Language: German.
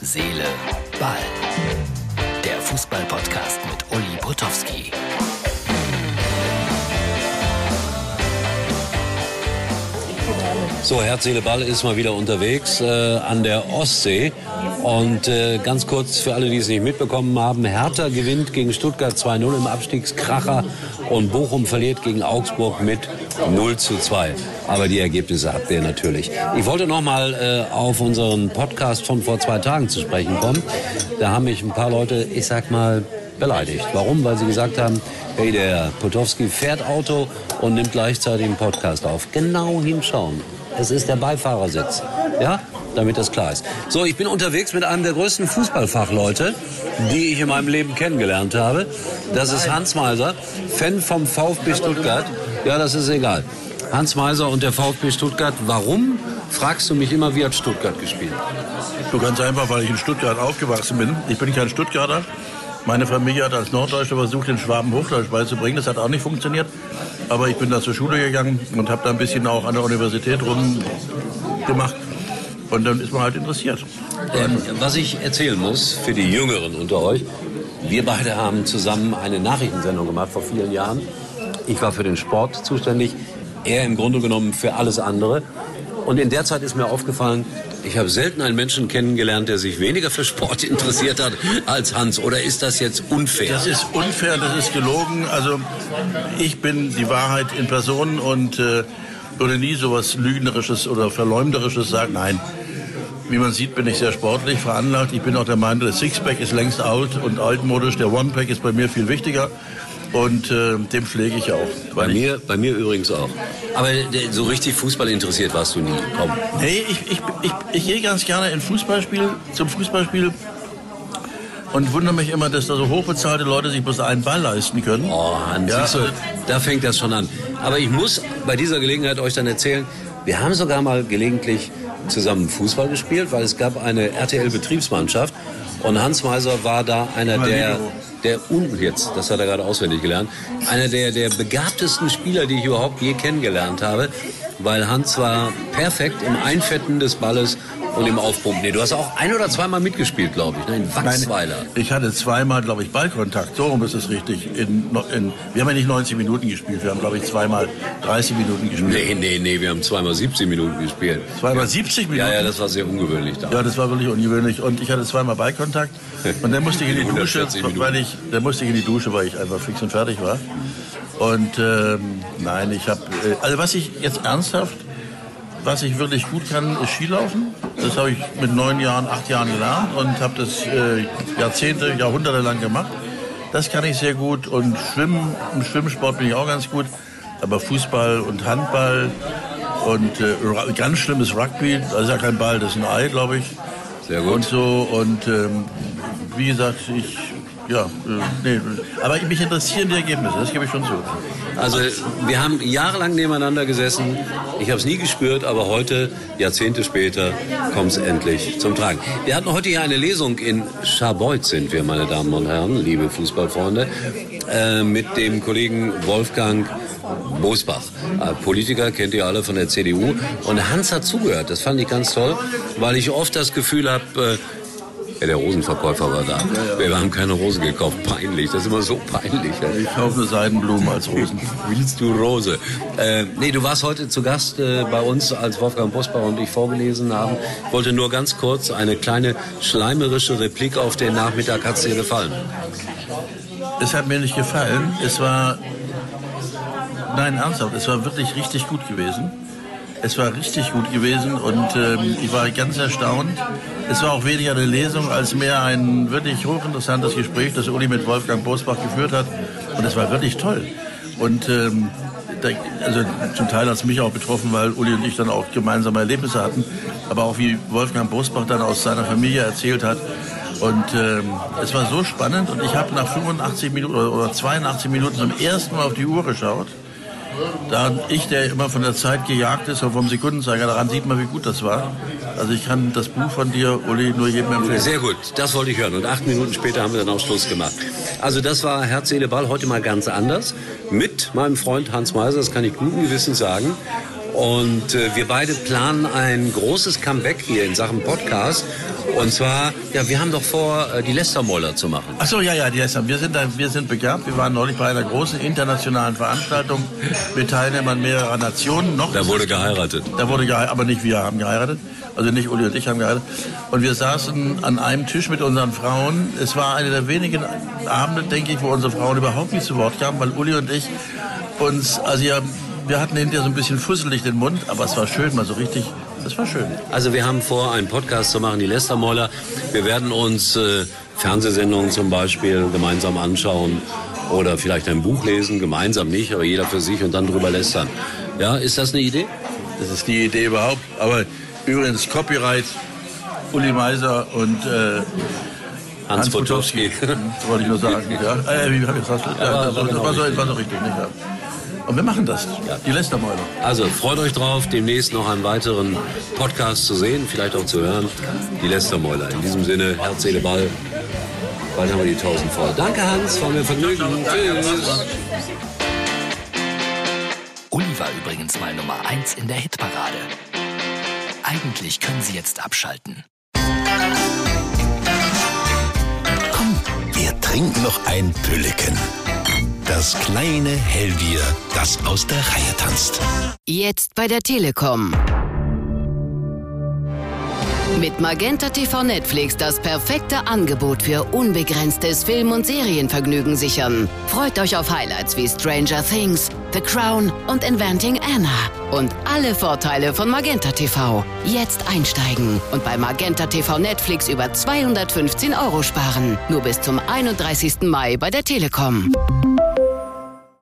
Seele, Ball. Der Fußball-Podcast mit Uli Potowski. So, Herz, Seele, Ball ist mal wieder unterwegs an der Ostsee. Und ganz kurz für alle, die es nicht mitbekommen haben, Hertha gewinnt gegen Stuttgart 2-0 im Abstiegskracher und Bochum verliert gegen Augsburg mit 0-2. Aber die Ergebnisse habt ihr natürlich. Ich wollte noch mal auf unseren Podcast von vor 2 Tagen zu sprechen kommen. Da haben mich ein paar Leute, ich sag mal, beleidigt. Warum? Weil sie gesagt haben, hey, der Potowski fährt Auto und nimmt gleichzeitig einen Podcast auf. Genau hinschauen. Es ist der Beifahrersitz. Ja? Damit das klar ist. So, ich bin unterwegs mit einem der größten Fußballfachleute, die ich in meinem Leben kennengelernt habe. Das ist Hans Meiser, Fan vom VfB Stuttgart. Ja, das ist egal. Hans Meiser und der VfB Stuttgart. Warum, fragst du mich immer, wie hat Stuttgart gespielt? So ganz einfach, weil ich in Stuttgart aufgewachsen bin. Ich bin kein Stuttgarter. Meine Familie hat als Norddeutscher versucht, den Schwaben Hochdeutsch beizubringen. Das hat auch nicht funktioniert. Aber ich bin da zur Schule gegangen und habe da ein bisschen auch an der Universität rumgemacht. Und dann ist man halt interessiert. Was ich erzählen muss für die Jüngeren unter euch, wir beide haben zusammen eine Nachrichtensendung gemacht vor vielen Jahren. Ich war für den Sport zuständig, er im Grunde genommen für alles andere. Und in der Zeit ist mir aufgefallen, ich habe selten einen Menschen kennengelernt, der sich weniger für Sport interessiert hat als Hans. Oder ist das jetzt unfair? Das ist unfair, das ist gelogen. Also ich bin die Wahrheit in Person und würde nie sowas Lügnerisches oder Verleumderisches sagen. Nein, wie man sieht, bin ich sehr sportlich veranlagt. Ich bin auch der Meinung, das Sixpack ist längst out und altmodisch. Der One-Pack ist bei mir viel wichtiger. Und dem pflege ich auch. Bei mir übrigens auch. Aber so richtig Fußball interessiert warst du nie. Komm. Nee, ich gehe ganz gerne zum Fußballspiel und wundere mich immer, dass da so hochbezahlte Leute sich bloß einen Ball leisten können. Oh, Hans, ja, da fängt das schon an. Aber ich muss bei dieser Gelegenheit euch dann erzählen, wir haben sogar mal gelegentlich zusammen Fußball gespielt, weil es gab eine RTL-Betriebsmannschaft und Hans Meiser war da einer das hat er gerade auswendig gelernt, einer der begabtesten Spieler, die ich überhaupt je kennengelernt habe, weil Hans war perfekt im Einfetten des Balles und im Aufpumpen. Nee, du hast auch 1 oder 2 Mal mitgespielt, glaube ich, ne? In Wachsweiler. Nein, ich hatte 2 Mal, glaube ich, Ballkontakt. So rum ist es richtig. Wir haben ja nicht 90 Minuten gespielt. Wir haben, glaube ich, 2 Mal 30 Minuten gespielt. Nee, wir haben 2 Mal 70 Minuten gespielt. 2 Mal 70 Minuten? Ja, das war sehr ungewöhnlich da. Ja, das war wirklich ungewöhnlich. Und ich hatte 2 Mal Ballkontakt. Und dann musste ich in die Dusche, weil ich einfach fix und fertig war. Und nein, also was ich jetzt ernsthaft, was ich wirklich gut kann, ist Skilaufen. Das habe ich mit 9 Jahren, 8 Jahren gelernt und habe das Jahrhunderte lang gemacht. Das kann ich sehr gut und im Schwimmsport bin ich auch ganz gut. Aber Fußball und Handball und ganz schlimmes Rugby, das ist ja kein Ball, das ist ein Ei, glaube ich. Sehr gut. Und so und wie gesagt, aber mich interessieren die Ergebnisse, das gebe ich schon zu. Also wir haben jahrelang nebeneinander gesessen, ich habe es nie gespürt, aber heute, Jahrzehnte später, kommt es endlich zum Tragen. Wir hatten heute hier eine Lesung in Scharbeutz, sind wir, meine Damen und Herren, liebe Fußballfreunde, mit dem Kollegen Wolfgang Bosbach. Politiker, kennt ihr alle von der CDU. Und Hans hat zugehört, das fand ich ganz toll, weil ich oft das Gefühl habe, der Rosenverkäufer war da. Ja. Wir haben keine Rosen gekauft. Peinlich. Das ist immer so peinlich. Ja. Ich kaufe nur Seidenblumen als Rosen. Willst du Rose? Du warst heute zu Gast bei uns, als Wolfgang Bosbach und ich vorgelesen haben. Ich wollte nur ganz kurz eine kleine schleimerische Replik auf den Nachmittag. Hat es dir gefallen? Es hat mir nicht gefallen. Nein, ernsthaft. Es war wirklich richtig gut gewesen. Es war richtig gut gewesen und ich war ganz erstaunt. Es war auch weniger eine Lesung als mehr ein wirklich hochinteressantes Gespräch, das Uli mit Wolfgang Bosbach geführt hat. Und es war wirklich toll. Und also zum Teil hat es mich auch betroffen, weil Uli und ich dann auch gemeinsame Erlebnisse hatten. Aber auch wie Wolfgang Bosbach dann aus seiner Familie erzählt hat. Und es war so spannend und ich habe nach 85 Minuten oder 82 Minuten zum ersten Mal auf die Uhr geschaut. Da ich, der immer von der Zeit gejagt ist und vom Sekundenzeiger, daran sieht man, wie gut das war. Also ich kann das Buch von dir, Uli, nur jedem empfehlen. Sehr gut, das wollte ich hören. Und 8 Minuten später haben wir dann auch Schluss gemacht. Also das war Herz, Seele, Ball, heute mal ganz anders. Mit meinem Freund Hans Meiser, das kann ich guten Gewissens sagen. Und wir beide planen ein großes Comeback hier in Sachen Podcast. Und zwar, wir haben doch vor, die Lästermäuler zu machen. Ach so, ja, die Läster. Wir sind begabt. Wir waren neulich bei einer großen internationalen Veranstaltung mit Teilnehmern mehrerer Nationen. Da wurde geheiratet. Aber nicht wir haben geheiratet. Also nicht Uli und ich haben geheiratet. Und wir saßen an einem Tisch mit unseren Frauen. Es war einer der wenigen Abende, denke ich, wo unsere Frauen überhaupt nicht zu Wort kamen, weil Uli und ich uns, wir hatten hinterher so ein bisschen fusselig den Mund, aber es war schön, mal so richtig, das war schön. Also wir haben vor, einen Podcast zu machen, die Lästermäuler. Wir werden uns Fernsehsendungen zum Beispiel gemeinsam anschauen oder vielleicht ein Buch lesen, gemeinsam nicht, aber jeder für sich und dann drüber lästern. Ja, ist das eine Idee? Das ist die Idee überhaupt, aber übrigens Copyright, Uli Meiser und Hans Butowski. Wollte ich nur sagen. Wie habe ich das? Das war so richtig. Nicht? Ja. Und wir machen das, die Lästermäuler. Also freut euch drauf, demnächst noch einen weiteren Podcast zu sehen, vielleicht auch zu hören. Die Lästermäuler. In diesem Sinne, Herz, Seele, Ball. Bald haben wir die 1000 voll. Danke Hans, war mir Vergnügen. Tschüss. Uli war übrigens mal Nummer 1 in der Hitparade. Eigentlich können Sie jetzt abschalten. Komm, wir trinken noch ein Pülleken. Das kleine Hellbier, das aus der Reihe tanzt. Jetzt bei der Telekom. Mit Magenta TV Netflix das perfekte Angebot für unbegrenztes Film- und Serienvergnügen sichern. Freut euch auf Highlights wie Stranger Things, The Crown und Inventing Anna. Und alle Vorteile von Magenta TV. Jetzt einsteigen und bei Magenta TV Netflix über 215 € sparen. Nur bis zum 31. Mai bei der Telekom.